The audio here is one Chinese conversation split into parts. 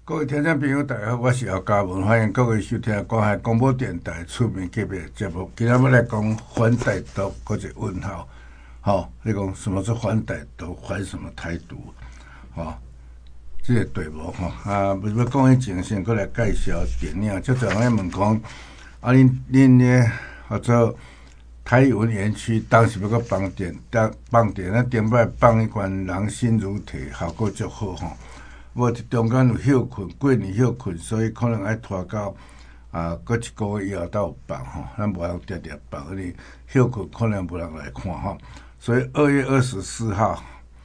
各位听众朋友，大家好，我是姚嘉文，欢迎各位收听广海广播电台出名级别节目。今天要来讲反台独，或者问号。你讲什么是反台独，反什么台独？这个题目要讲以前先过来介绍电影，就常咧问讲，恁咧或者台文园区当时要个放电，咱顶摆放一罐人心如铁，效果足好吼。无中间有休困，过年休困，所以可能爱拖到过一个月以后才有放吼。咱无通直直放，因为休困可能无人来看吼。所以2月24号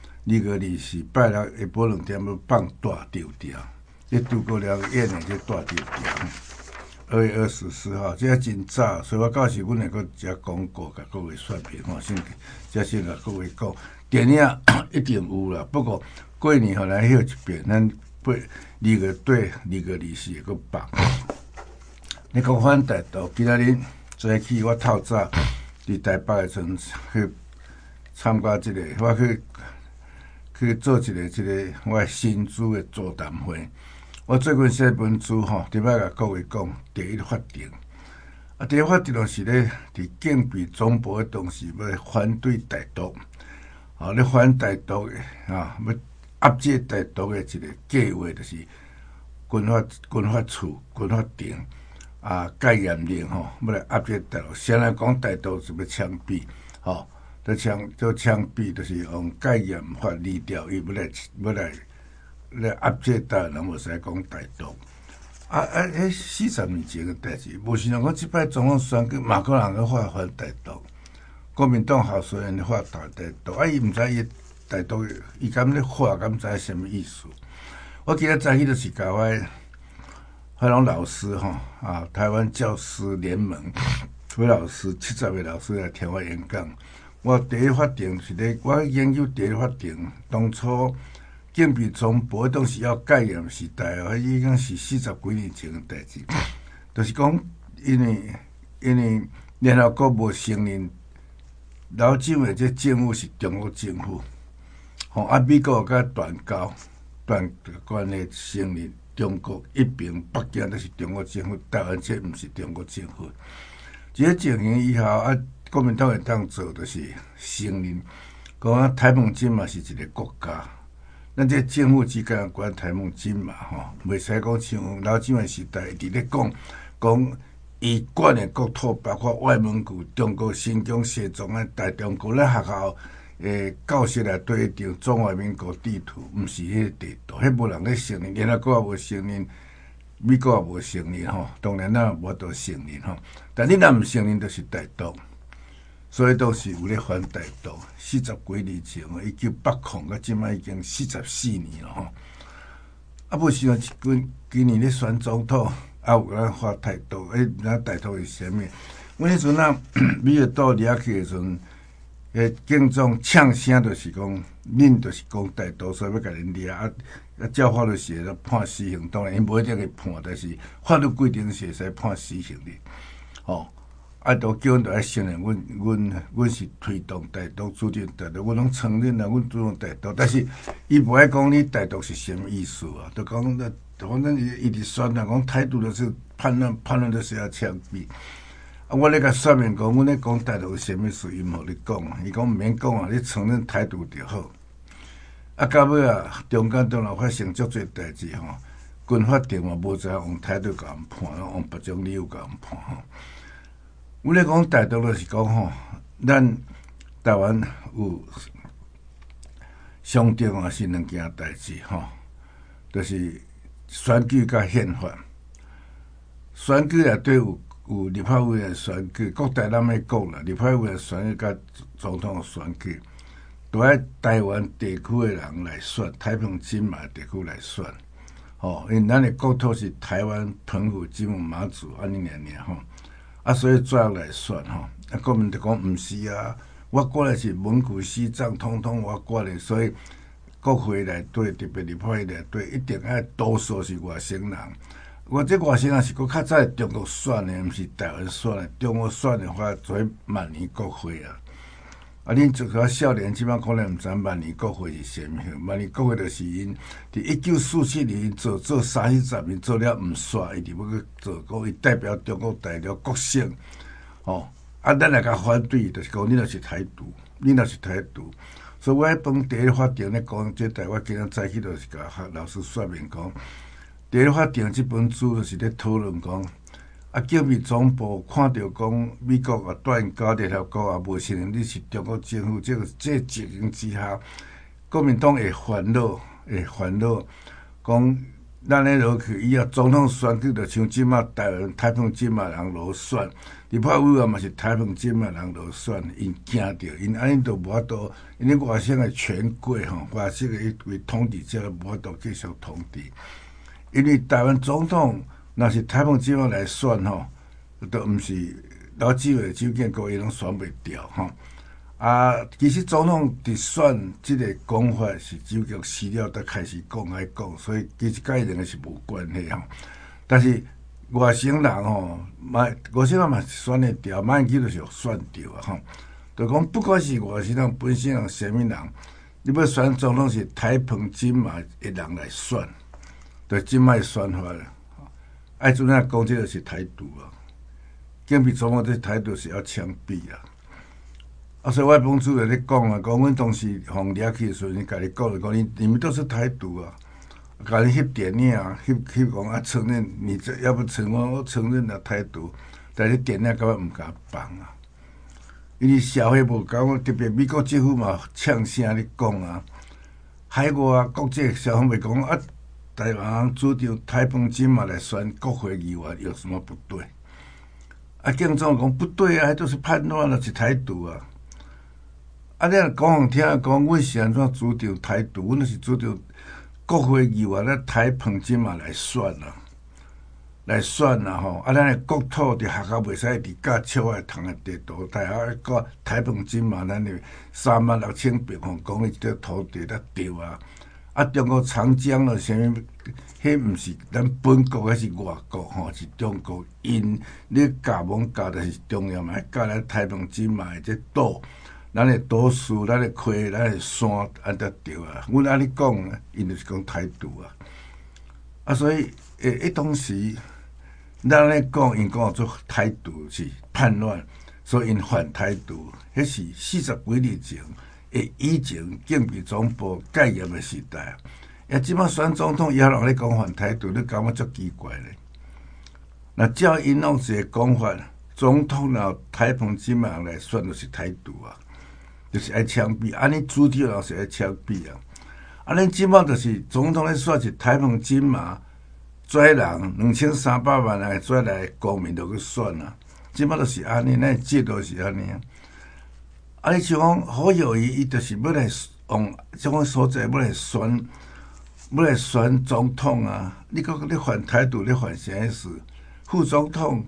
2月24拜六下晡2点要放大吊吊，这拄过了演的这大吊吊。2月24号，这真早，所以我到时阮会搁食广告，甲各位说明吼，先甲各位讲，电影一定有啦，不过。过年后来休一遍，咱2月底2月24会搁放。你讲反台独，今仔日早起我透早伫台北的时阵去参加我去做一个我新书的座谈会。我最近写本书顶摆甲各位讲第一法庭。第一法庭就是咧伫警备总部的同时要反对台独，咧反台独要压制台独的一个计划，就是军法处、军法庭戒严令要来压制台独。先来讲台独是要枪毙，做枪毙就是用戒严法离调，伊要来压制台湾人，无使讲台独。40年前的代志，无想讲即摆总统选举嘛个人去反台独，国民党候选人反台独，伊毋知伊。台独伊敢咧画，敢知什么意思？我记得早起就是甲我拢老师台湾教师联盟老师70位老师来听我演讲。我第一法庭是咧，我研究第一法庭当初警备总部当时要戒严时代已经是40几年前的代志，就是讲因为联合国无承认老蒋的这政府是中国政府。美国甲断关的承认中国一边，北京就是中国政府，台湾这毋是中国政府。这个情形以后国民党会当做就是承认，讲台澎金马是一个国家，咱这政府之间管台澎金马袂使讲像老蒋的时代伫咧讲伊管的国土，包括外蒙古、中国新疆、西藏大中国咧学校。教室内对一张中华民国地图，毋是迄个地图，迄无人咧承认，联合国也无承认，美国也无承认当然咱也无得承认但你若毋承认，就是台独，所以都是有咧反台独。40几年前1980到即摆已经44年了不是今年咧选总统，有人反台独，咱台独是啥物？阮迄阵美国岛掠去的时阵。警总呛声就是讲，恁就是讲台独，所以要甲恁掠照法律是会判死刑。当然，因无一定会判，但是法律规定是会使判死刑的。都叫阮来承认，阮是推动台独、主张台独，阮拢承认啦，阮主张台独。但是伊无爱讲你台独是什么意思就讲反正伊直宣传讲台独就是叛乱就是要枪毙。我咧甲说明讲，阮咧讲台独是啥物事，伊毋互你讲伊讲毋免讲你承认台独就好。到尾中间当然发生足侪代志军法庭嘛无知影用台独甲人判，用别种理由甲人判阮咧讲台独就是讲咱台湾有上重是两件代志就是选举甲宪法。选举内底有立法委员选举，国台咱要讲啦，立法委员选举甲总统选举，都爱台湾地区的人来选，台澎金马地区来选，因为咱的国土是台湾、澎湖、金门、马祖安尼尔所以怎样来选国民就讲毋是我管的是蒙古、西藏，统统我管的，所以国会内底特别立法会内底一定爱多数是外省人。这外省人是搁较早中国选的，毋是台湾选的。中国选的话，做万年国会恁这个少年即摆可能毋知万年国会是啥物，万年国会就是因伫1947年做30年做了毋煞，伊就要去做讲伊代表中国大陆国省，咱来甲反对，就是讲你若是台独，你若是台独，所以我迄本第一法庭咧讲，这台我今仔早起就是甲老师说明讲，第一法庭即本书就是咧讨论讲。警备总部看到讲美国带因搞联合国无承认你是中国政府，这情形之下，国民党会烦恼，讲咱咧落去以后总统选举就像即马台澎金马人落选，立法委员嘛是台澎金马人落选，因惊着，因安尼都无法度，因为外省的权贵外省的一位统治者无法度继续统治，因为台湾总统。若是台澎金马来选都毋是老几位周建国伊拢选袂掉其实总统伫选即个讲法是周局死了才开始讲，所以其实甲伊两个是无关系但是外省人外省人嘛是选得掉，马英九就是选掉就讲不管是外省人、本省人、啥物人，你要选总统是台澎金马的人来选，就即摆选法了。爱主任讲，这个是台独警备总部这台独是要枪毙所以我本书咧讲讲阮当时互抓去的时候，伊甲你讲你们都是台独甲你翕电影翕讲承认你这要不承认我承认了台独，但是电影根本毋敢放因为社会无敢，特别美国政府嘛呛声咧讲海外国际消防袂讲台湾主张台澎金马来选国会议员有什么不对？警总讲不对迄都是叛乱了，是台独你若讲互听讲，阮是安怎主张台独？阮就是主张国会议员咧台澎金马来选咱的国土伫学校袂使离甲笑的通的地图，大学个台澎金马，咱的36000平方公里一块土地才对中国长江了，啥物？迄毋是咱本国，迄是外国是中国因你教网教的是中央嘛，教咱台澎金马的这岛，咱的岛屿、咱的溪、咱的山，安才对阮安尼讲，因就是讲台独所以当时咱咧讲，因讲做台独是叛乱，所以因反台独，迄是40几年前。以前警备总部戒严的时代即摆选总统也人咧讲反台独，你感觉足奇怪咧？那照因拢一个讲法，总统若台澎金马人来选，就是台独就是爱枪毙。安尼主题人是爱枪毙恁即摆就是总统咧选是台澎金马跩人2300万人跩来公民就去选即摆就是安尼，咱制度是安尼你像讲侯友宜，伊就是要来往这种所在要来选总统你讲你反台独，你反啥事？副总统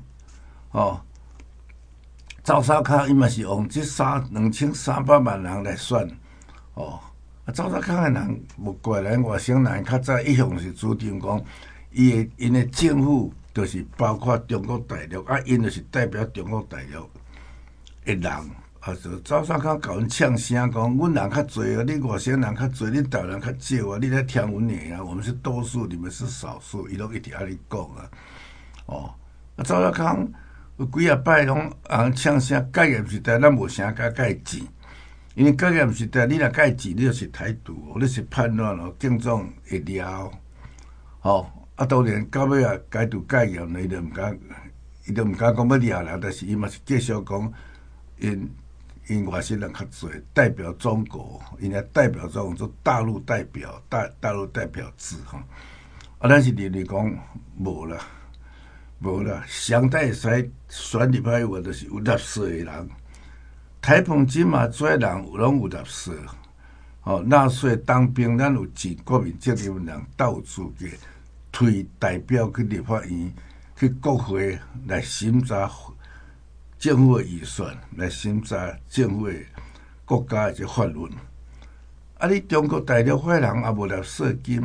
赵少康伊嘛是用这2300万人来选赵少康的人无怪咱外省人较早一向是主张讲，因的政府就是包括中国大陆因就是代表中国大陆的人。赵少康甲阮呛声讲，阮人较侪你外省人较侪，你台湾人较少你在听阮的我们是多数，你们是少数，伊拢一直安尼讲赵少康有几啊摆拢呛声，戒严时代咱无啥甲伊钱，因为戒严时代你若甲伊钱，你就是台独你是叛乱警总会抓当然到尾解除戒严伊就毋敢讲要抓人，但是伊嘛是继续讲因外省人较侪，代表中国，因来代表中国做大陆代表，大陆代表制咱是认为讲无啦，上代会使选立法委员就是有纳税的人，台澎金马跩人拢有纳税纳税当兵，咱有尽国民责任的人，都有资格推代表去立法院、去国会来审查。政府的预算来审查政府的国家的这法律你中国大陆的人也无纳税金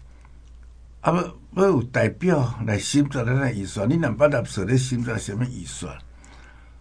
要有代表来审查咱的预算，你若捌纳税，你审查什么预算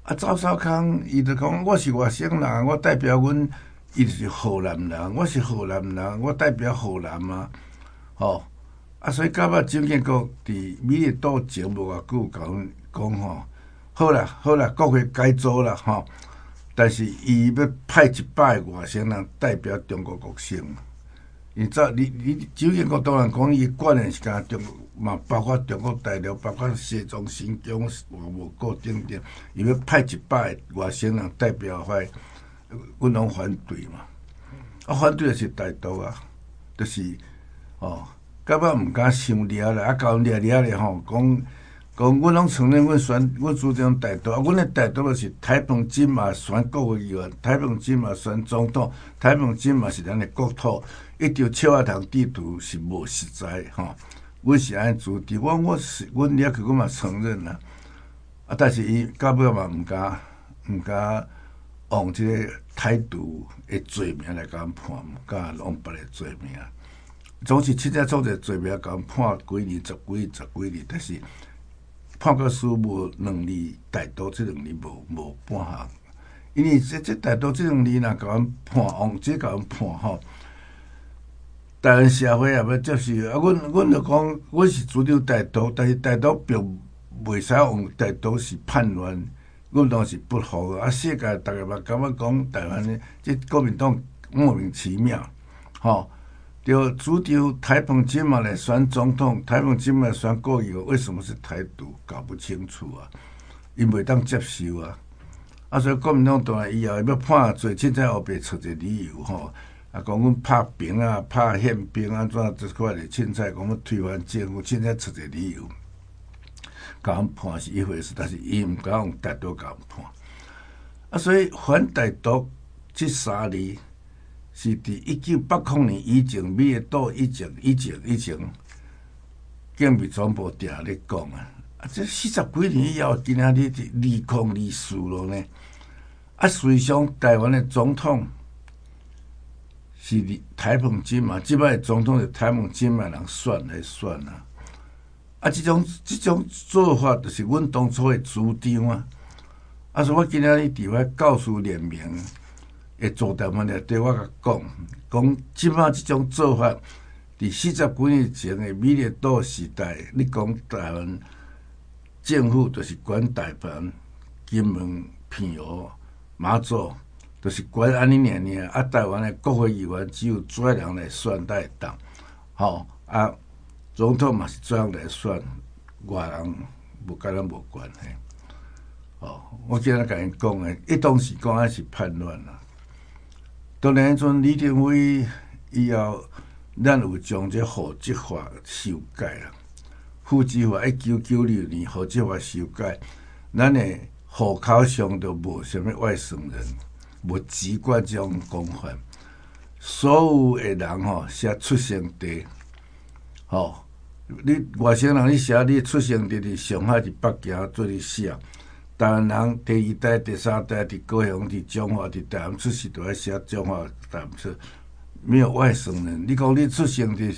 赵少康伊就讲我是外省人，我代表阮，伊就是河南人，我是河南人，我代表河南啊，所以到尾蒋经国伫美丽岛前无偌久甲阮讲好啦，国会改组啦但是伊要派100个外省人代表中国国省。你蒋经国当然讲伊管的是干中国嘛，包括中国大陆，包括西藏、新疆、无国等等，伊要派100个外省人代表阮拢反对嘛。反对的是大陆啊，就是到尾毋敢伤掠啦，甲阮掠咧讲阮拢承认阮主张大陆，阮的大陆就是台澎金马选国会议员，台澎金马选总统，台澎金马是咱的国土，一张笑话堂地图是无实在阮是安尼主张，阮掠去，阮嘛承认啦。但是伊到尾嘛毋敢用即个台独的罪名来甲阮判，毋敢用别个罪名。总是真正做者罪名甲阮判几年、十几年，但是判决书无2年，大陆这2年无半项。因为这大陆这2年若甲阮判，用这甲阮判台湾社会也要接受阮就讲，阮是主张大陆，但是大陆并袂使用大陆是叛乱，阮当是不服世界大家嘛感觉讲台湾这国民党莫名其妙就主张台澎金马来选总统，台澎金马选国会议员，为什么是台独？搞不清楚啊，因袂当接受所以国民党当然以后要判罪，凊彩后壁找一个理由讲阮拍兵啊、拍宪兵啊，怎这块的凊彩讲要推翻政府，凊彩找一个理由，甲阮判是一回事，但是伊毋敢用大陆甲阮判所以反大独这3字。是伫1980年以前，美丽岛以前，警备总部定咧讲这40几年以后，今仔日2024咯呢。实际上，台湾的总统是台澎金马，即摆的总统是台澎金马人选这种做法就是阮当初的主张所以我今仔日伫我告诉联盟。座谈会内底，我甲讲，即摆即种做法，伫40几年前的美丽岛时代，你讲台湾政府就是管大盘、金门、澎湖、马祖，就是管安尼尔台湾的国会议员只有最人来选才会当，总统嘛是最人来选，外人无甲咱无关系。我今仔甲因讲的，伊当时讲的是叛乱当然，迄阵李登辉以后，咱有将这户籍法修改啦。户籍法1996年户籍法修改，咱的户口上都无什么外省人，无籍贯这种讲法。所有的人写出生地，你外省人你写你出生地伫上海、伫北京做你写。台湾人第2代、第3代伫高雄、伫中华、伫台湾出世，都要写中华台湾出，没有外省人。你讲你出生地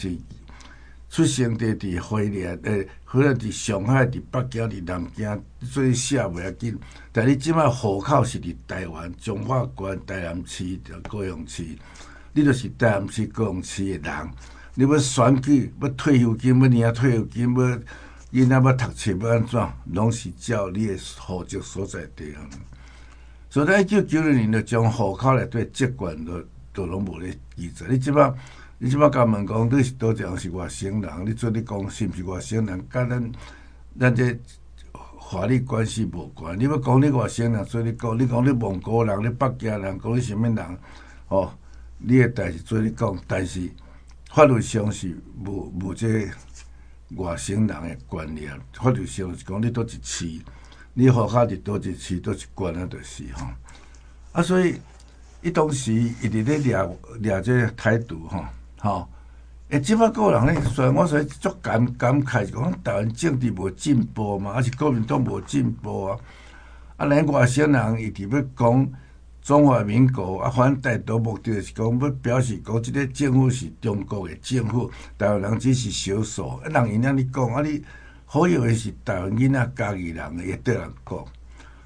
伫花莲，或者伫上海、伫北京、伫南京，所以写袂要紧。但你即摆户口是伫台湾彰化县台南市、高雄市，你就是台南市、高雄市的人。你要选举、要退休金、要领退休金、要囡仔要读册要安怎，拢是照你的户籍所在地所以咱1990年就将户口内底籍贯都拢无咧记载。你即摆甲问讲你是倒一样是外省人，你做你讲是毋是外省人，甲咱这法律关系无关。你要讲你外省人，所以你讲你蒙古人、你北京人，讲你啥物人你的代志做你讲，但是法律上是无这外省人的观念，法律上是讲你倒一市，你户口伫倒一市倒一县就是所以伊当时一直咧掠这台独即摆个人咧说，我说足感慨，是讲台湾政治无进步嘛，还是国民党无进步咱外省人一直要讲中华民国反大陆，目的是讲要表示讲，即个政府是中国的政府，台湾人只是少数。人因安尼讲，你好以为是台湾囡仔家己人会对人讲，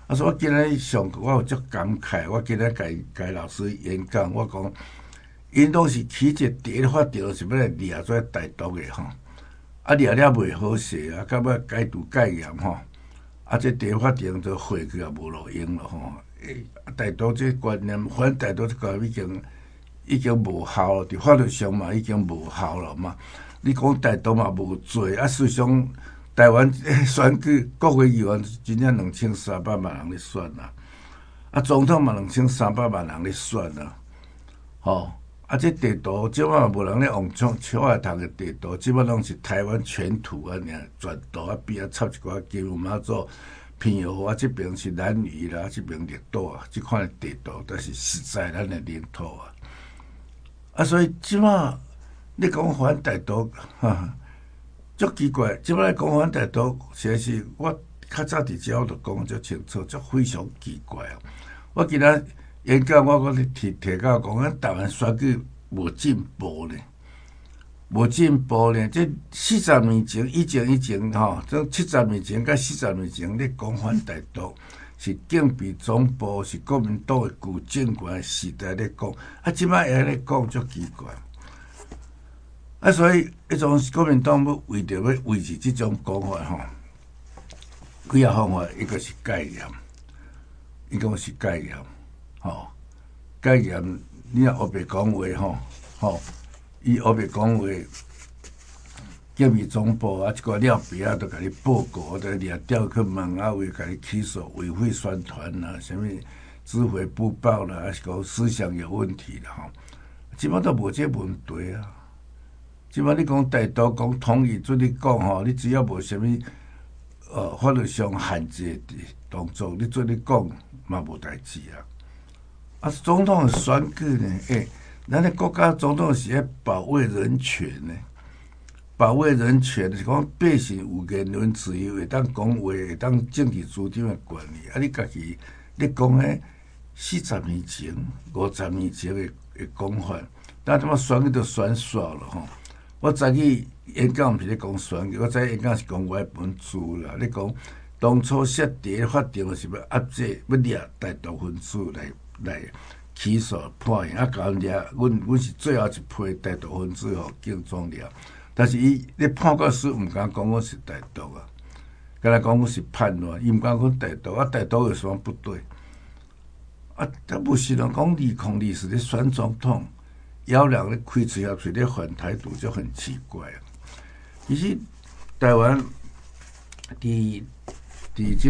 所以我今日上课，我有足感慨。我今日甲老师演讲，我讲，因拢是起一第一发条是要来掠做台独的吼，掠袂好势啊，到尾解读戒严吼，这第一发条就回去也无路用了吼。台独这观念，反台独这观念已经无效了，伫法律上嘛已经无效了嘛。你讲台独嘛无做，事实上。台湾选举国会议员真正2300万人咧选啊，总统嘛2300万人咧选啊，这地图即摆无人咧往抢啊读的地图，即摆拢是台湾全图啊，全图啊边插一寡金门马祖偏友啊，这边是兰屿啦，这边绿岛啊，即款的地图都是实在咱的领土所以即摆你讲反台独足奇怪，即摆讲反台独，实在是我较早伫遮我就讲足清楚，足非常奇怪我今仔演讲，我搁提到讲，咱台湾选举无进步呢，无进步呢。这40年前，以前这70年前甲40年前，你讲反台独是警备总部是国民党的旧政权时代咧讲，即摆会咧讲足奇怪。所以迄种国民党要为着要维持这种讲法几啊方法，一个是戒严，伊讲是戒严，戒严，你若黑白讲话伊黑白讲话，警备总部一个了别都甲你报告，都掠调去问话，甲你起诉违法宣传啦，什么知回不报啦，还是讲思想有问题啦基本都无这问题即摆你讲台独讲统一，准你讲你只要无啥物法律上限制的动作，你准你讲嘛无代志总统的选举呢？咱的国家总统是要保卫人权呢，保卫人权是讲百姓有言论自由，会当讲话，会当政治主张的权利。你家己你讲40年前、50年前的讲法，但他妈选举都选煞了我早起演讲毋是咧讲选举，我早演讲是讲我迄本书啦。你讲当初设第法定是要压制、要掠台独分子来起诉判刑，甲阮掠，阮是最后一批台独分子警总掠。但是伊咧判决书毋敢讲我是台独敢若讲我是叛乱，伊毋敢讲台独台独有什么不对？不是人讲2020咧选总统。要人咧开嘴下嘴咧反台独就很奇怪其实台湾伫即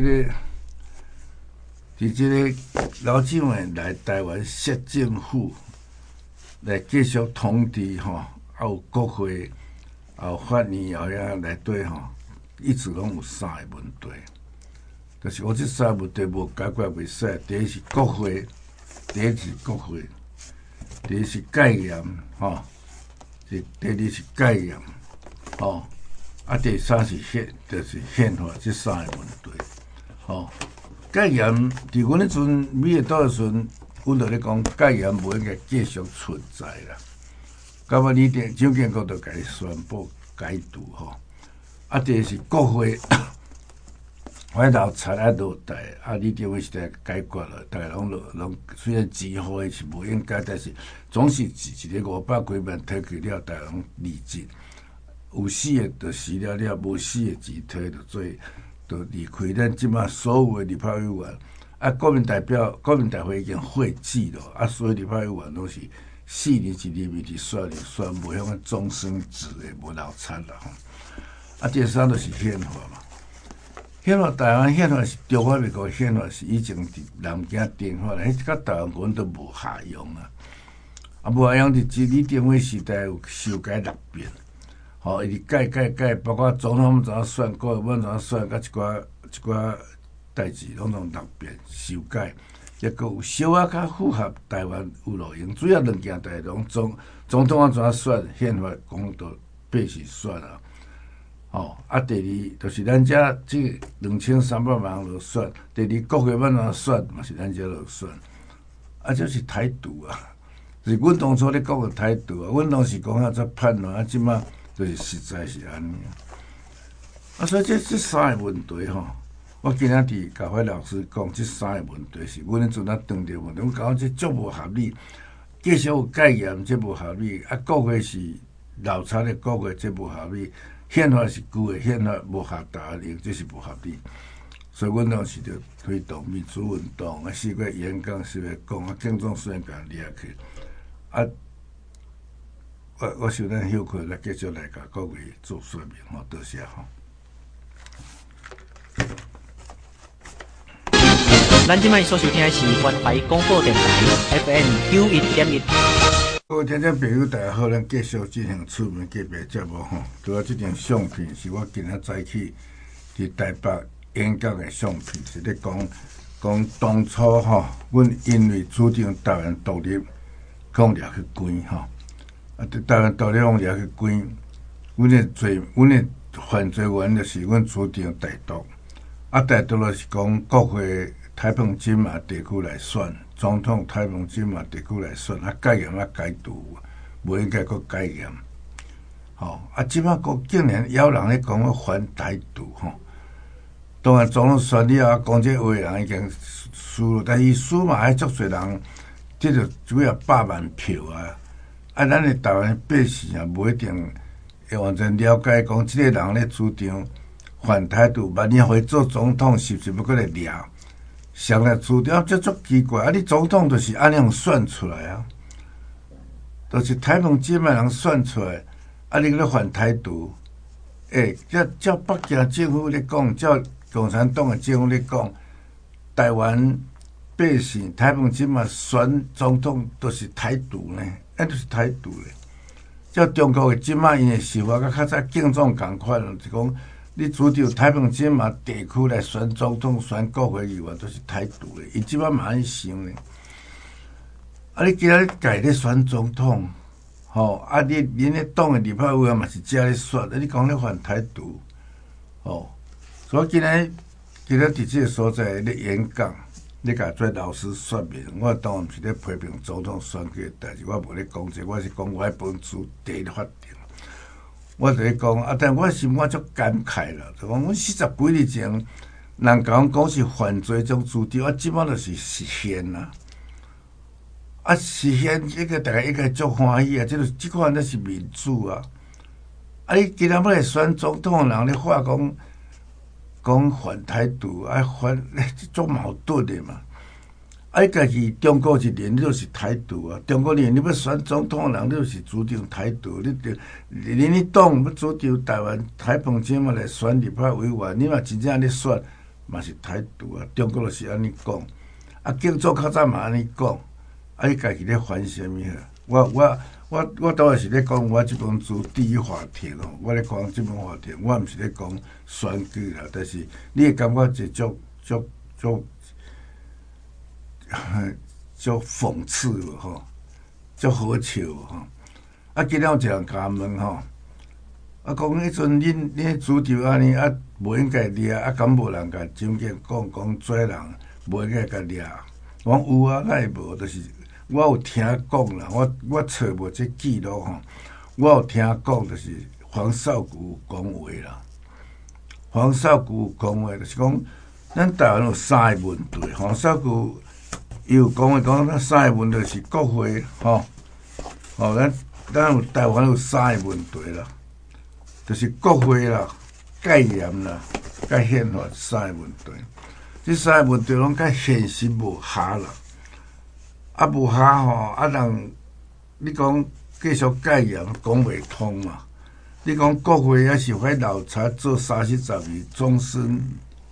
个老蒋诶来台湾设政府来继续统治有国会，有法院后遐内底一直拢有3个问题，就是我这3个问题无解决袂使。第一是国会，第一是戒严第二是戒严第三是就是宪法，这3个问题戒严伫阮迄阵美国岛迄阵，阮就咧讲戒严无应该继续存在啦。到尾蒋经国就甲伊宣布解除第二是国会我老惨落台李登辉时代解决了，大家拢虽然指挥是无应该，但是总是一个500几万提去了，大家拢理解。有死的就死了，无死的集体就离开。咱即马所有的立法委员国民代会已经废止了所有立法委员拢是4年一任的选无迄个终身制的，无老惨啦第三就是宪法嘛。宪法台湾宪法是中华民国宪法是以前伫南京定法的，迄甲台湾根本都无下用无下用伫李登辉时代有修改6遍，伊改，包括总统怎样选，国会怎样选，甲一寡代志拢6遍修改，抑阁有小较符合台湾有路用，主要2件代志拢总统怎样选，宪法讲到必须选第二就是咱遮这2300万人落选，第二国会怎样选嘛是咱遮落选，这是台独是阮当初咧讲的台独阮当时讲做叛乱即马就是实在是安尼所以这3个问题我今仔日甲迄老师讲，即三个问题是阮迄阵当着问题，阮讲这足无合理，继续有戒严这无合理，啊，国会是老残的国会这无合理，宪法是旧的宪法无下达令，这是无合理。所以阮当时就推动民主运动，啊，四个演讲是要讲，啊，警总虽然甲掠去，啊，我想咱休课来继续来甲各位做说明吼，多谢吼。 咱即摆所收听的是关怀广播电台 FM 91.1。 各位听众朋友，大家好，咱继续进行厝边隔壁节目吼。拄啊，即张相片是我今仔早起伫台北演讲的相片，是咧讲当初吼，阮因为主张台湾独立，讲掠去关吼，啊，台湾独立讲掠去关，阮的犯罪原因就是阮主张台独，啊，台独就是讲国会。台澎金马地区来选总统，台澎金马地区来选，啊，戒严啊解除，无应该搁戒严。吼，啊，即摆佫竟然有人咧讲我反台独吼。当然总统选了后，讲这话人已经输了，但是输嘛还足侪人，这就主要100万票啊。啊，咱的台湾百姓啊，无一定会完全了解讲，即个人咧主张反台独，万一回做总统，是不是要搁来掠？上来主张这足奇怪啊！你总统就是安尼样选出来啊，就是台澎金马人选出来，啊，你咧反台独，照北京政府咧讲，照共产党的政府咧讲，台湾百姓台澎金马选总统都是台独呢，都是台独咧。照中国的金马因的想法，甲较早竞争共款，就讲。你主张台澎金马地区来选总统、选国会议员，都是台独的。伊即摆嘛安想呢？啊，你今仔日家咧选总统，吼、啊，恁咧党的立法委员嘛是遮咧选，啊，你讲咧反台独，吼、所以今仔伫即个所在咧演讲，咧甲做老师说明，我当然毋是咧批评总统选举的代志，我无咧讲这，我是讲我本书第一法定。我就咧讲啊，但我心我足感慨啦，就讲阮40几年前，人甲阮讲是犯罪种主张，啊，即摆就是实现啦。啊，实现这个大家应该足欢喜啊，即款才是民主啊。啊，你今仔要来选总统的人咧话讲反台独，啊反足矛盾的嘛。啊，你家己中国一年，你就是台独啊！中国人你要选总统的人，你就是主张台独。你党要主张台湾台澎金马来选立法委员，你嘛真正咧选，嘛是台独啊！中国就是安尼讲，啊，竞争较早嘛安尼讲，啊，你家己咧反什么啊？我当然是咧讲我即本书第一法庭哦，我咧讲即本法庭，我毋是咧讲选举啦，但是你会感觉是足讽刺了吼，足好笑吼。啊，今日有一人甲问吼，啊，讲迄阵恁主张安尼啊，无应该掠，啊，敢无人甲证件讲做人无应该甲掠？我讲有啊，哪会无？就是我有听讲啦，我找无这记录吼，我有听讲，就是黄少谷讲话啦。黄少谷讲话就是讲，咱台湾有3个问题，黄少谷。伊有讲咱3个问题是国会吼，咱有台湾有3个问题啦，就是国会啦、戒严啦、甲宪法3个问题。这3个问题拢甲现实无合啦，啊无合吼，啊人你讲继续戒严讲袂通嘛？你讲国会也是迄老茶做30年终身，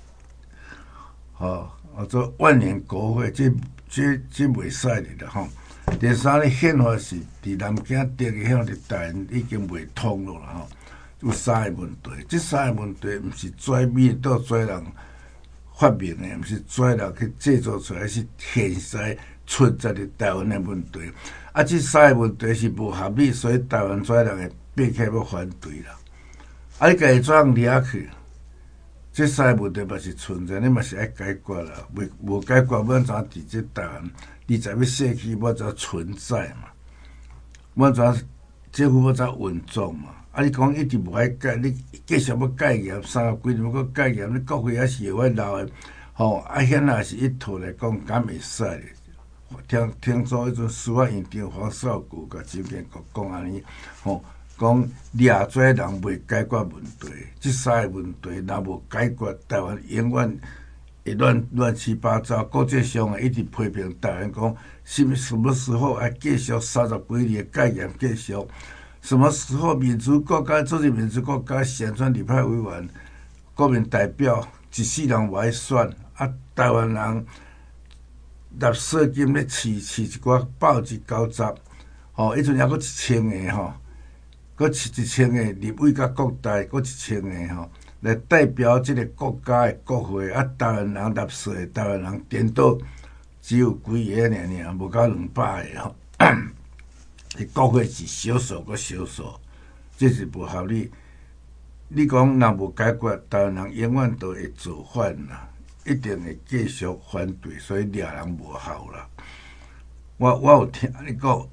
做万年国会这袂使的啦吼。第三咧，宪法是伫南京定的宪法，伫台湾已经袂通了啦吼。有3个问题，这3个问题毋是跩美到跩人发明的，毋是跩人去制作出来，是现实存在伫台湾的问题。啊，这3个问题是无合理，所以台湾跩人会变起要反对啦。啊，你家己怎样掠去？这3个问题嘛是存在，你嘛是爱解决啦。无解决，要怎伫这台湾20要世纪要怎存在嘛？要怎政府要怎运作嘛？ 啊，你讲一直无爱戒，你继续要戒严，30几年要戒严，你国会还是会闹诶。啊，遐若是一套来讲，敢袂使咧。听说迄阵司法院长黄少谷甲周建国讲安尼，讲掠做人袂解决问题，即3个问题若无解决，台湾永远会乱七八糟。国际上一直批评台湾讲，什么时候还继续30几年的戒严继续？什么时候民主国家做民主国家选选立法委员、国民代表，一世人无爱选，啊，台湾人纳税金咧饲一寡报纸交杂，迄阵还佫1000个佫1000个立委甲国代，佫1000个来代表即个国家的国会，啊，台湾人纳税，台湾人颠倒只有几个尔，无到200个国会是少数佫少数，这是不合理。你讲若无解决，台湾人永远都会造反啦，一定会继续反对，所以掠人无效啦。我有听你讲，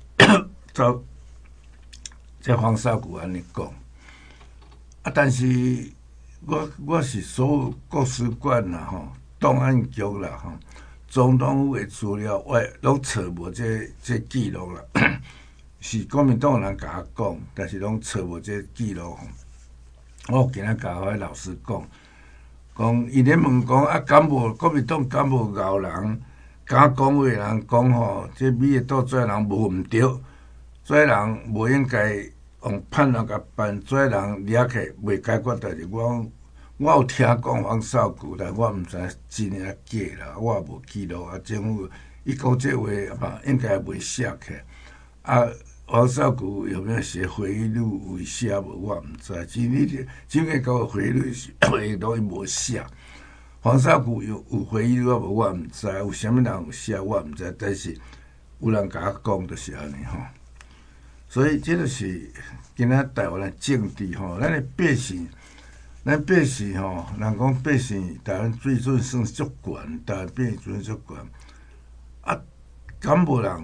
这黄少谷安尼讲，啊，但是我是所有国史馆啦、档案局啦、总统府的资料，我拢找无这记录啦。是国民党人甲我讲，但是拢找无这记录。我今仔甲我老师讲，伊咧问讲啊，敢无国民党敢无咬人？敢讲话人讲这美国岛做人无毋对，做人无应该用判人甲办，做人掠起未解决代志。我有听讲黄少谷，但我毋知真诶假啦，我也无记录啊。政府伊讲这话嘛，应该未写起啊。黄少谷有没有写回忆录？有写无？我毋知。今个搞回忆录回忆录伊无写。黄少谷有回忆录无？我毋知。有啥物人有写？我毋知。但是有人甲我讲，就是安尼所以这就是今仔台湾的政治咱的百姓，人讲百姓台湾水准算足悬，台湾百姓水准足悬。啊，敢无人？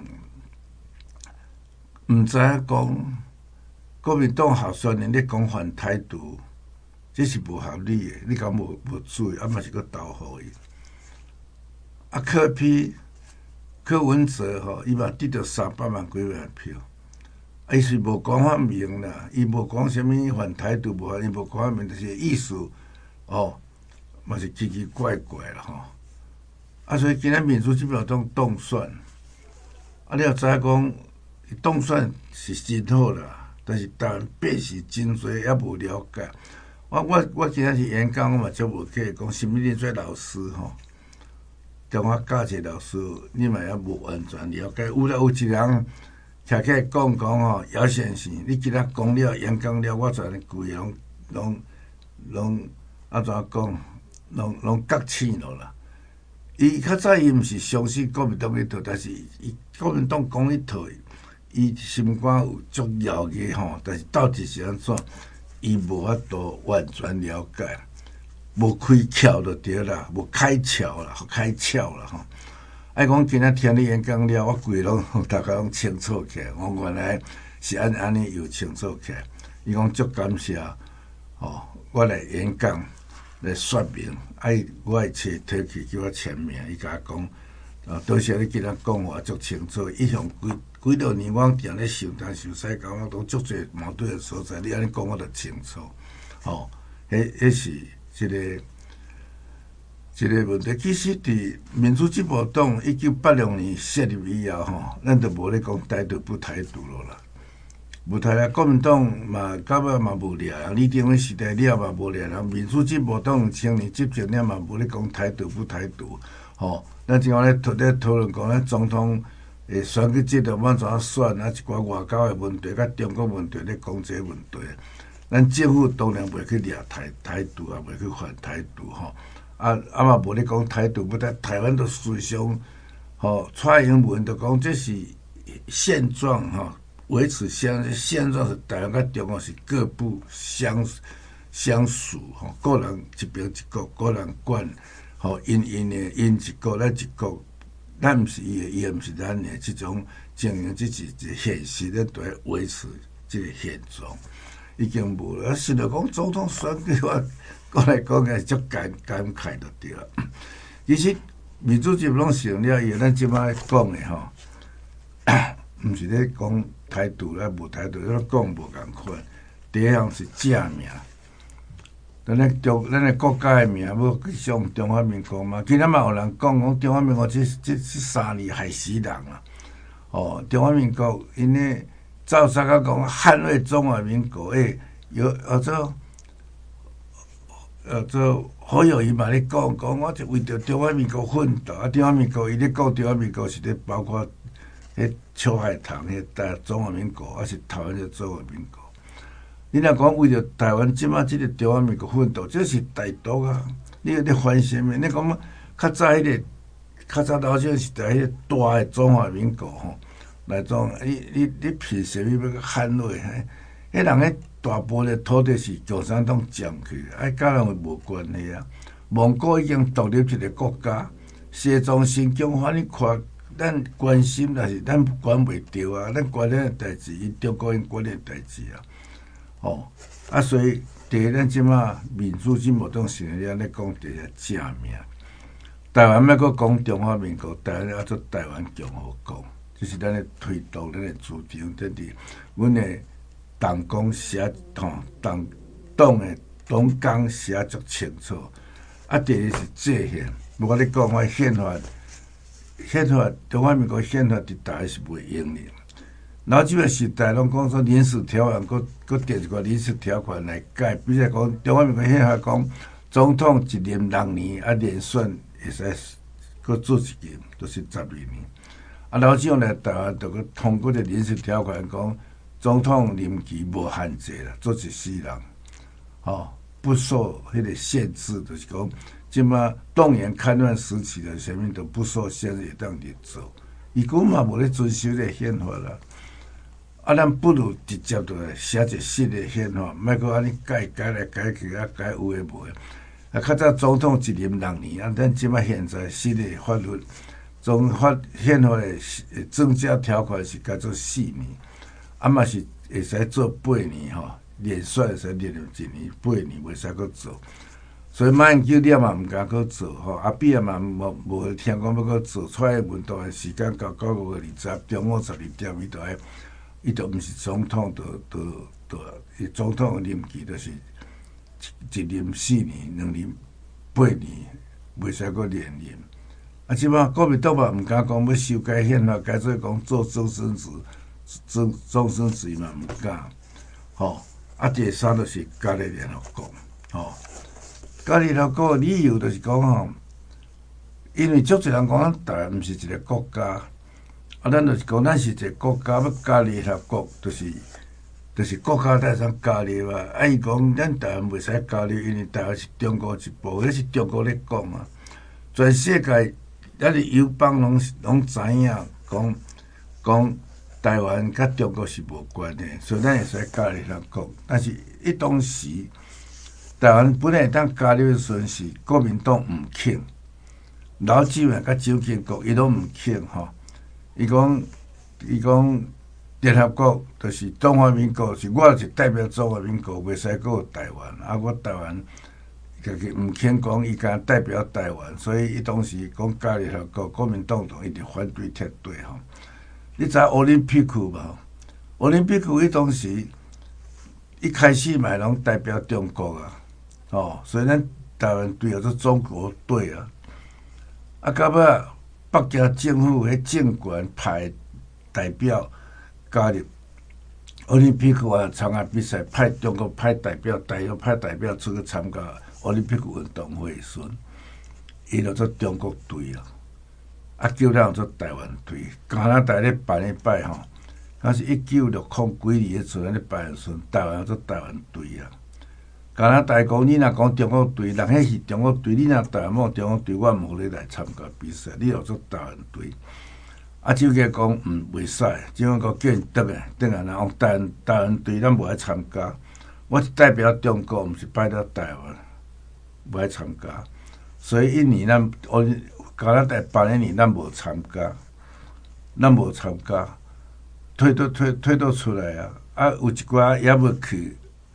毋知影讲国民党候选人咧讲反台独，这是无合理的。你敢无注意？嘛是搁投互伊。啊，柯文哲伊嘛得到300万几万票，伊是无讲法明啦，伊无讲啥物反台独，伊无讲法明，就是意思嘛是奇怪怪啦啊，所以今仔民主进步党当选，啊，你也知影讲。当选是真好啦，但是台湾百姓真侪也无了解。我今仔是演讲，我嘛足无去讲，是毋是你做老师中华教一个老师，你嘛也无完全了解。有一人徛起来讲姚先生，你今仔讲了演讲了，我全规个拢安怎讲，拢觉醒了啦。伊较早伊毋是相信国民党迄套，但是伊国民党讲迄套。伊心肝有足了解但是到底是安怎，伊无法度完全了解，无开窍就对啦，无开窍啦，爱讲今仔听你演讲了，我规拢大家拢清楚起来，我原来是安尼又清楚起来。伊讲足感谢我来演讲来说明，我会找提起叫我签名，伊甲我讲，多谢你今仔讲话足清楚，一向几多年，我定咧受东受西，讲我都足侪矛盾的所在。你安尼讲，我就清楚。迄是一个问题。其实，伫民主进步党1986年设立以后，咱就无咧讲台独不台独咯啦。无台啦，国民党嘛，到尾嘛无掠人。李登辉时代了嘛无掠人。民主进步党2000年执政了嘛，无咧讲台独不台独。咱今仔咧讨论讲，咱总统。选举制度要怎啊选啊？一寡外交的问题，甲中国问题咧讲这问题，咱政府当然袂去掠台独啊，袂去反台独嘛无咧讲台独不台湾都随常蔡英文就讲这是现状维持现状是台湾甲中国是各不相属个人一边一国，个人管因一国咱一国。咱毋是伊的，伊也毋是咱的，即种经营，即是一个现实咧，都要维持即个现状。 已经无了。想到讲总统选举，我来讲也足感慨就对了。其实民主制拢成了以后，咱即摆讲的吼，毋是咧讲台独啦，无台独，咱讲无共款。第一项是正名，咱的国家的名要上中华民国嘛。今仔嘛有人讲中华民国这3年害死人啊！哦，中华民国因为照啥个讲捍卫中华民国，有好友伊嘛咧讲，我就为着中华民国奋斗啊！中华民国伊咧讲中华民国是咧包括迄秋海棠迄中华民国，还是台湾的中华民国？你若讲为着台湾即马即个中华民国奋斗，这是台独啊！你翻什么？你讲较早迄个，较早老少时代迄个大的中华民国吼，来讲你凭什么要捍卫？迄人迄大部分的土地是共产党占去，甲人无关系啊！蒙古已经独立一个国家，西藏、新疆，反正看咱关心，但是咱管袂着啊！咱管咱的代志，伊中国因管的代志啊！哦，所以第一，咱即马民主进步党成了咧讲第一正名，台湾要阁讲中华民国，台湾要做台湾共和国，这是咱咧推动咱的主张，这是阮的党纲写党的党纲写足清楚。第二是制宪，我咧讲，我宪法中华民国宪法伫台是袂用的。然后即个时代拢讲说临时条款，佫定一个临时条款来改，比如讲中华民国宪法讲总统一任6年，连选会使佫做一任，就是12年。老蒋来台湾就佫通过个临时条款，讲总统任期无限制啦，做一世人，不受迄个限制，就是讲即马动员戡乱时期的啥物都不受限制，当日做。伊根本嘛无咧遵守这个宪法啦。咱不如直接就来写一新的宪法，莫阁安尼改来改去，改有诶无诶。较早总统一任6年，咱即摆现在新的法律，宪法的增加条款是改做4年，嘛是会使做8年吼，连选会使连任1年8年，袂使阁做。所以马英九了嘛毋敢阁做吼，阿扁也嘛无听讲要阁做，出来运动的时间到9月20日中午12点，伊就毋是总统，总统的任期就是一任4年、2年、8年，袂使阁连任。即摆国民党嘛毋敢讲要修改宪法，改做讲做终身制，终身制嘛毋敢。第三就是加入联合国，加入联合国的理由就是讲因为足侪人讲咱台湾毋是一个国家。咱就是讲，咱是一个国家要加入联合国，就是国家才会加入啊。伊讲咱台湾袂使加入，因为台湾是中国一部分，迄是中国咧讲啊。全世界咱的友邦拢知影，讲台湾甲中国是无关的，所以咱会使加入联合国。但是当时台湾本来当加入的时阵是国民党毋肯，老蒋甲蒋经国伊拢毋肯吼。伊讲联合国就是中华民国，是我是代表中华民国，袂使阁有台湾。我台湾家己毋肯讲，伊敢代表台湾，所以伊当时讲加联合国，国民党一直反对撤退吼。你知奥林匹克无？奥林匹克伊当时一开始嘛拢代表中国啊，所以咱台湾队叫做中国队啊。到尾北京政府迄政权派代表加入奥林匹克参加比赛，派中国派代表出去参加奥林匹克运动会时，伊就做中国队啊，叫咱做台湾队。加拿大咧办迄摆吼，那是1960几年迄阵咧办的时，台湾做台湾队啊。加拿大讲，你若讲中国队，人迄是中国队，你若台湾冇中国队，我无你来参加比赛，你要做台湾队。周家讲袂使，怎样讲叫因转来，然后台湾队咱无爱参加。我是代表中国，毋是派到台湾，无爱参加。所以1年加拿大办1年，咱无参加，退到出来啊！有一寡也要去。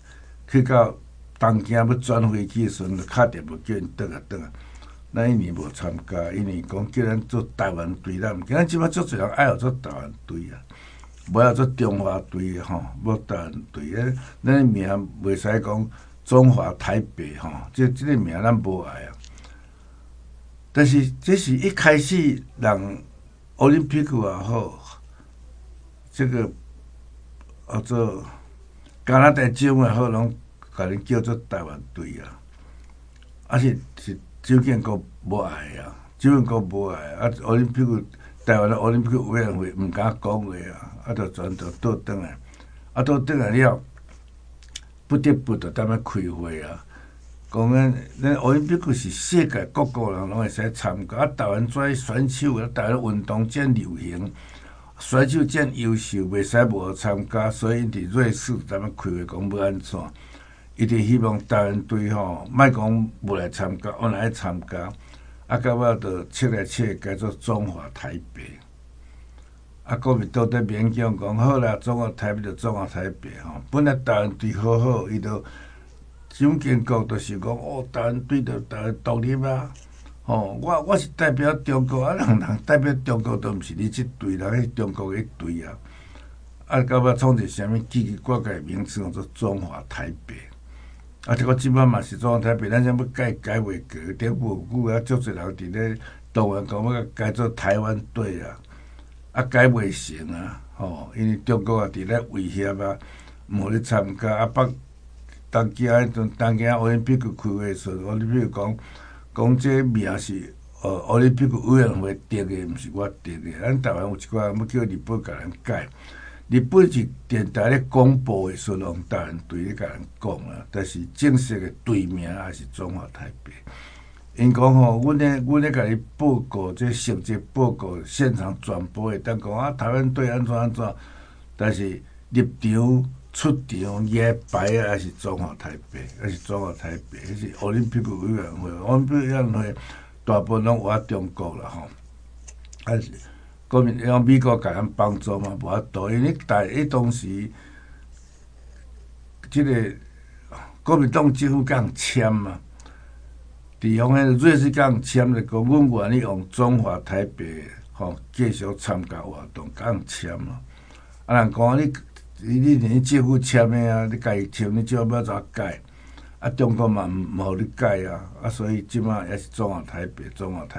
去到东京要转飞机的时阵，就敲电话叫因转啊。咱一年无参加，因为讲叫咱做台湾队，咱毋惊。咱即摆足侪人爱要做台湾队啊，无要做中华队的吼，无台湾队咱的名袂使讲中华台北吼，即个名咱无爱啊。但是这是一开始人奥林匹克也好，这个做加拿大奖也好，拢甲恁叫做台湾队啊，是周建国无爱啊，周建国无爱啊，奥林匹克台湾的奥林匹克委员会毋敢讲话啊，就全都倒转来，倒转来了，不得不就踮咧开会啊。讲咱奥林匹克是世界各国人拢会使参加，台湾做选手，台湾运动真流行，选手真优秀，袂使无参加，所以伫瑞士踮咧开会讲要安怎。伊就希望台湾队吼，莫讲无来参加，我来参加。到尾就切来切改做中华台北。国民党在勉强讲好啦，中华台北就中华台北吼。本来台湾队好好，伊就蒋经国就是讲台湾队就台湾独立啊。我是代表中国人代表中国都毋是你即队人，迄中国迄队啊。到尾创一个啥物奇奇怪怪的名词，叫做中华台北。这个即摆嘛是中华台北，咱想要改袂过，顶无久啊，足侪人伫咧动员讲要改做台湾队啊，改袂成啊，因为中国也伫咧威胁啊，无咧参加东京奥林匹克开会时，奥林匹克讲这名是奥林匹克委员会定的，毋是我定的，咱台湾有一寡要叫日本甲咱改。日本是电台咧广播的时候，用台湾队咧甲人讲啊，但是正式的队名还是中华台北。因讲吼，阮咧甲你报告，这成绩报告现场转播的，当讲台湾队安怎，但是入场出场野牌还是中华台北，迄是奥林匹克委员会，奥林匹克委员会大部分拢活中国啦吼，还是。国民党美国甲咱帮助嘛，无法度，因为当时，即个国民党政府甲人签嘛，伫方迄瑞士甲人签咧，讲阮愿意用中华台北继续参加活动，甲人签嘛。人讲你连政府签的啊，你家己签，你怎要怎改？中国嘛毋互你改啊，所以即马也是中华台北，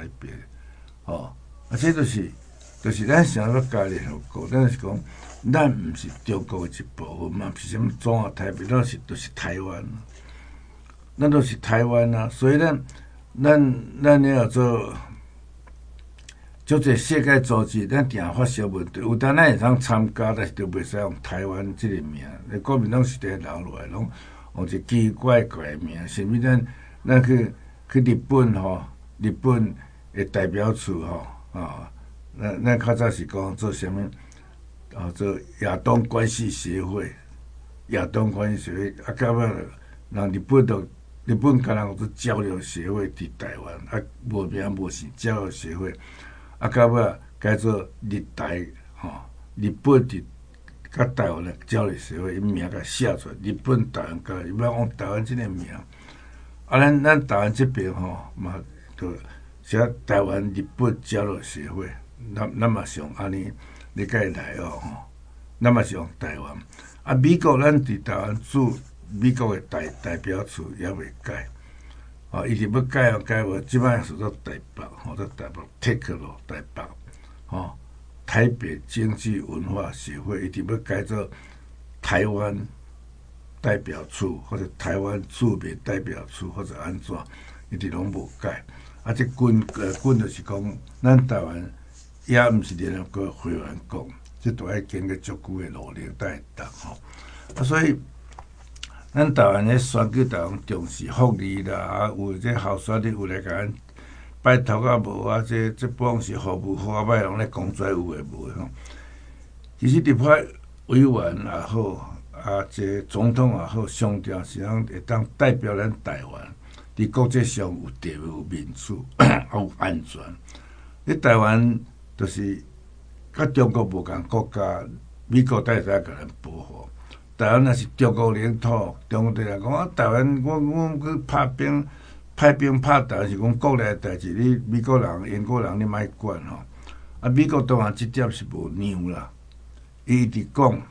这就是咱想要加联合国，咱是讲，咱毋是中国的一部分嘛，是啥物中华台北，咱就是台湾，咱都是台湾啊，所以咱了做，足侪世界组织，咱定发烧问题，有当咱会通参加，但是就袂使用台湾即个名，国民党是伫留落来，拢用一奇怪怪的名，甚物咱去日本日本的代表处咱较早是讲做啥物？做亚东关系协会，到尾人日本敢若做交流协会伫台湾，无名无姓交流协会，到尾改做日台日本伫甲台湾的交流协会，伊名甲写出来，日本台湾交流，伊要用台湾即个名。咱台湾这边嘛，就写台湾日本交流协会。咱嘛是用安尼，你甲伊来咱嘛是用台湾。美国咱伫台湾驻美国的代表处也未改，伊是要改无，即摆是做台北，做台北 take 咯，台北，台北经济文化协会，伊是要改做台湾代表处，或者台湾驻美代表处，或者安怎，伊是拢无改。这滚就是讲，咱台湾。也毋是联合国会员国，这都要经过足久的努力才会当所以咱台湾咧选举，台湾重视福利啦，有这候选人有来甲咱拜托啊无这不管是服务花歹，拢咧讲遮有诶无诶其实立法委员也好，这总统也好，上调是咱会当代表咱台湾伫国际上有地位、有面子、有安全。你台湾。就是甲中国无共国家，美国才会使甲咱保护。 台湾若是中国领土，中国来讲台湾，我去派兵拍台湾是讲国内的代志，你美国人、英国人你莫管吼。啊，美国当然即点是无让啦，伊直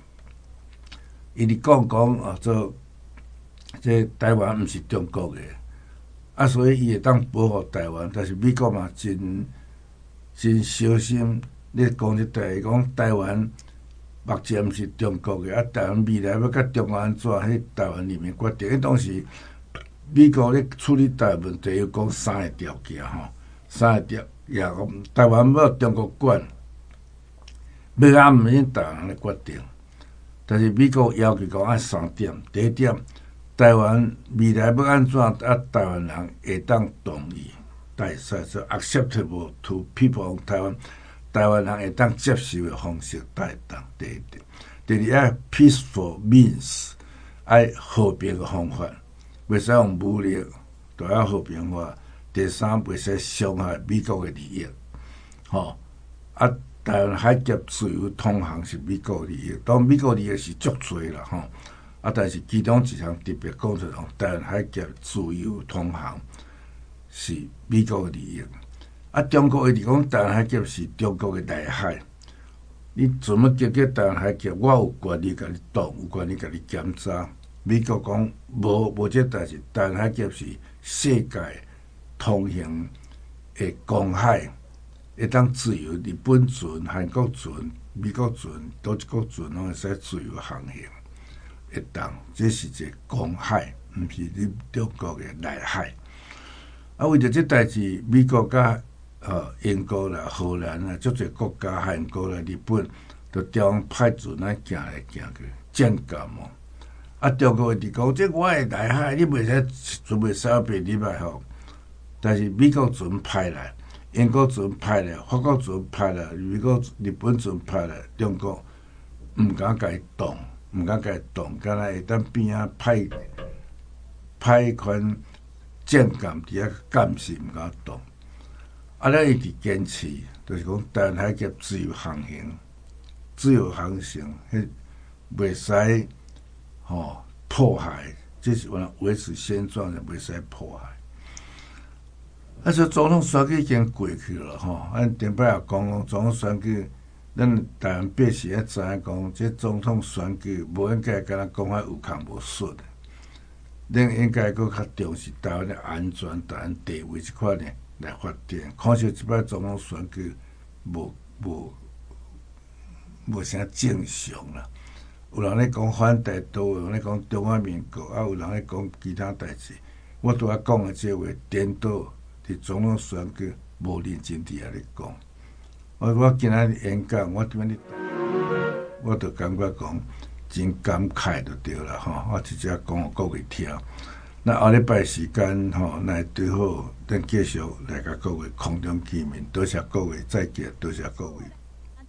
讲做这台湾毋是中国的，啊，所以伊会当保护台湾，但是美国嘛真小心。你讲即代，伊讲台湾目前毋是中国的，啊，台湾未来要甲中国安怎，迄台湾人民决定。迄当时美国咧处理台湾问题，有讲3个条件吼，3个条件讲台湾要中国管，要按毋免台湾来决定。但是美国要求讲按3点，第一点，台湾未来要安怎，啊，台湾人会当同意，但是 acceptable to people of 台湾。台湾人会当接受的方式，带当第一点。第二，要 peaceful means， 爱和平的方法，袂使用武力，都要和平化。第三，袂使伤害美国的利益。吼，啊，台湾海峡自由通航是美国利益，当美国利益是足多啦，吼。啊，但是其中一项特别讲出来，台湾海峡自由通航是美国的利益。啊，中国一直讲台湾海峡是中国的内海，你怎么解决台湾海峡？我有权利甲你挡，有权利甲你检查。美国讲无这代志，台湾海峡是世界通行的公海，会当自由。日本船、韩国船、美国船、倒一国船拢会使自由航行，会当。这是一个公海，毋是你中国的内海。啊，为着这代志，美国甲英国啦、荷兰啦，足侪国家，韩国啦、日本，都调派船来行来行去，战舰哦。啊，中国一直讲，这我的内海，你袂使准备扫白入来吼。但是美国船派来，英国船派来，法国船派来，日本船派来，中国毋敢甲伊动，毋敢甲伊动，敢若会当边仔派款战舰伫遐监视，毋敢动。啊，咱一直坚持，就是讲台湾海峡自由航行，迄袂使破坏，这是维持现状的，袂使破坏。啊，说总统选举已经过去了吼，咱顶摆也讲总统选举，咱台湾百姓也知影讲，这总统选举无应该敢若讲遐有空无顺的，咱应该搁较重视台湾的安全、台湾地位这块呢。来发展，可惜即摆总统选举无啥正常啦。有人咧讲反台独，有人咧讲中华民国，啊有人咧讲其他代志。我拄仔讲的这话颠倒，伫总统选举无认真伫遐咧讲。我今仔日演讲，我就感觉讲真感慨就对啦吼，我直接讲互各位听。那后礼拜时间吼，来对好，咱继续来甲各位空中见面。多谢各位，再见，多谢各位。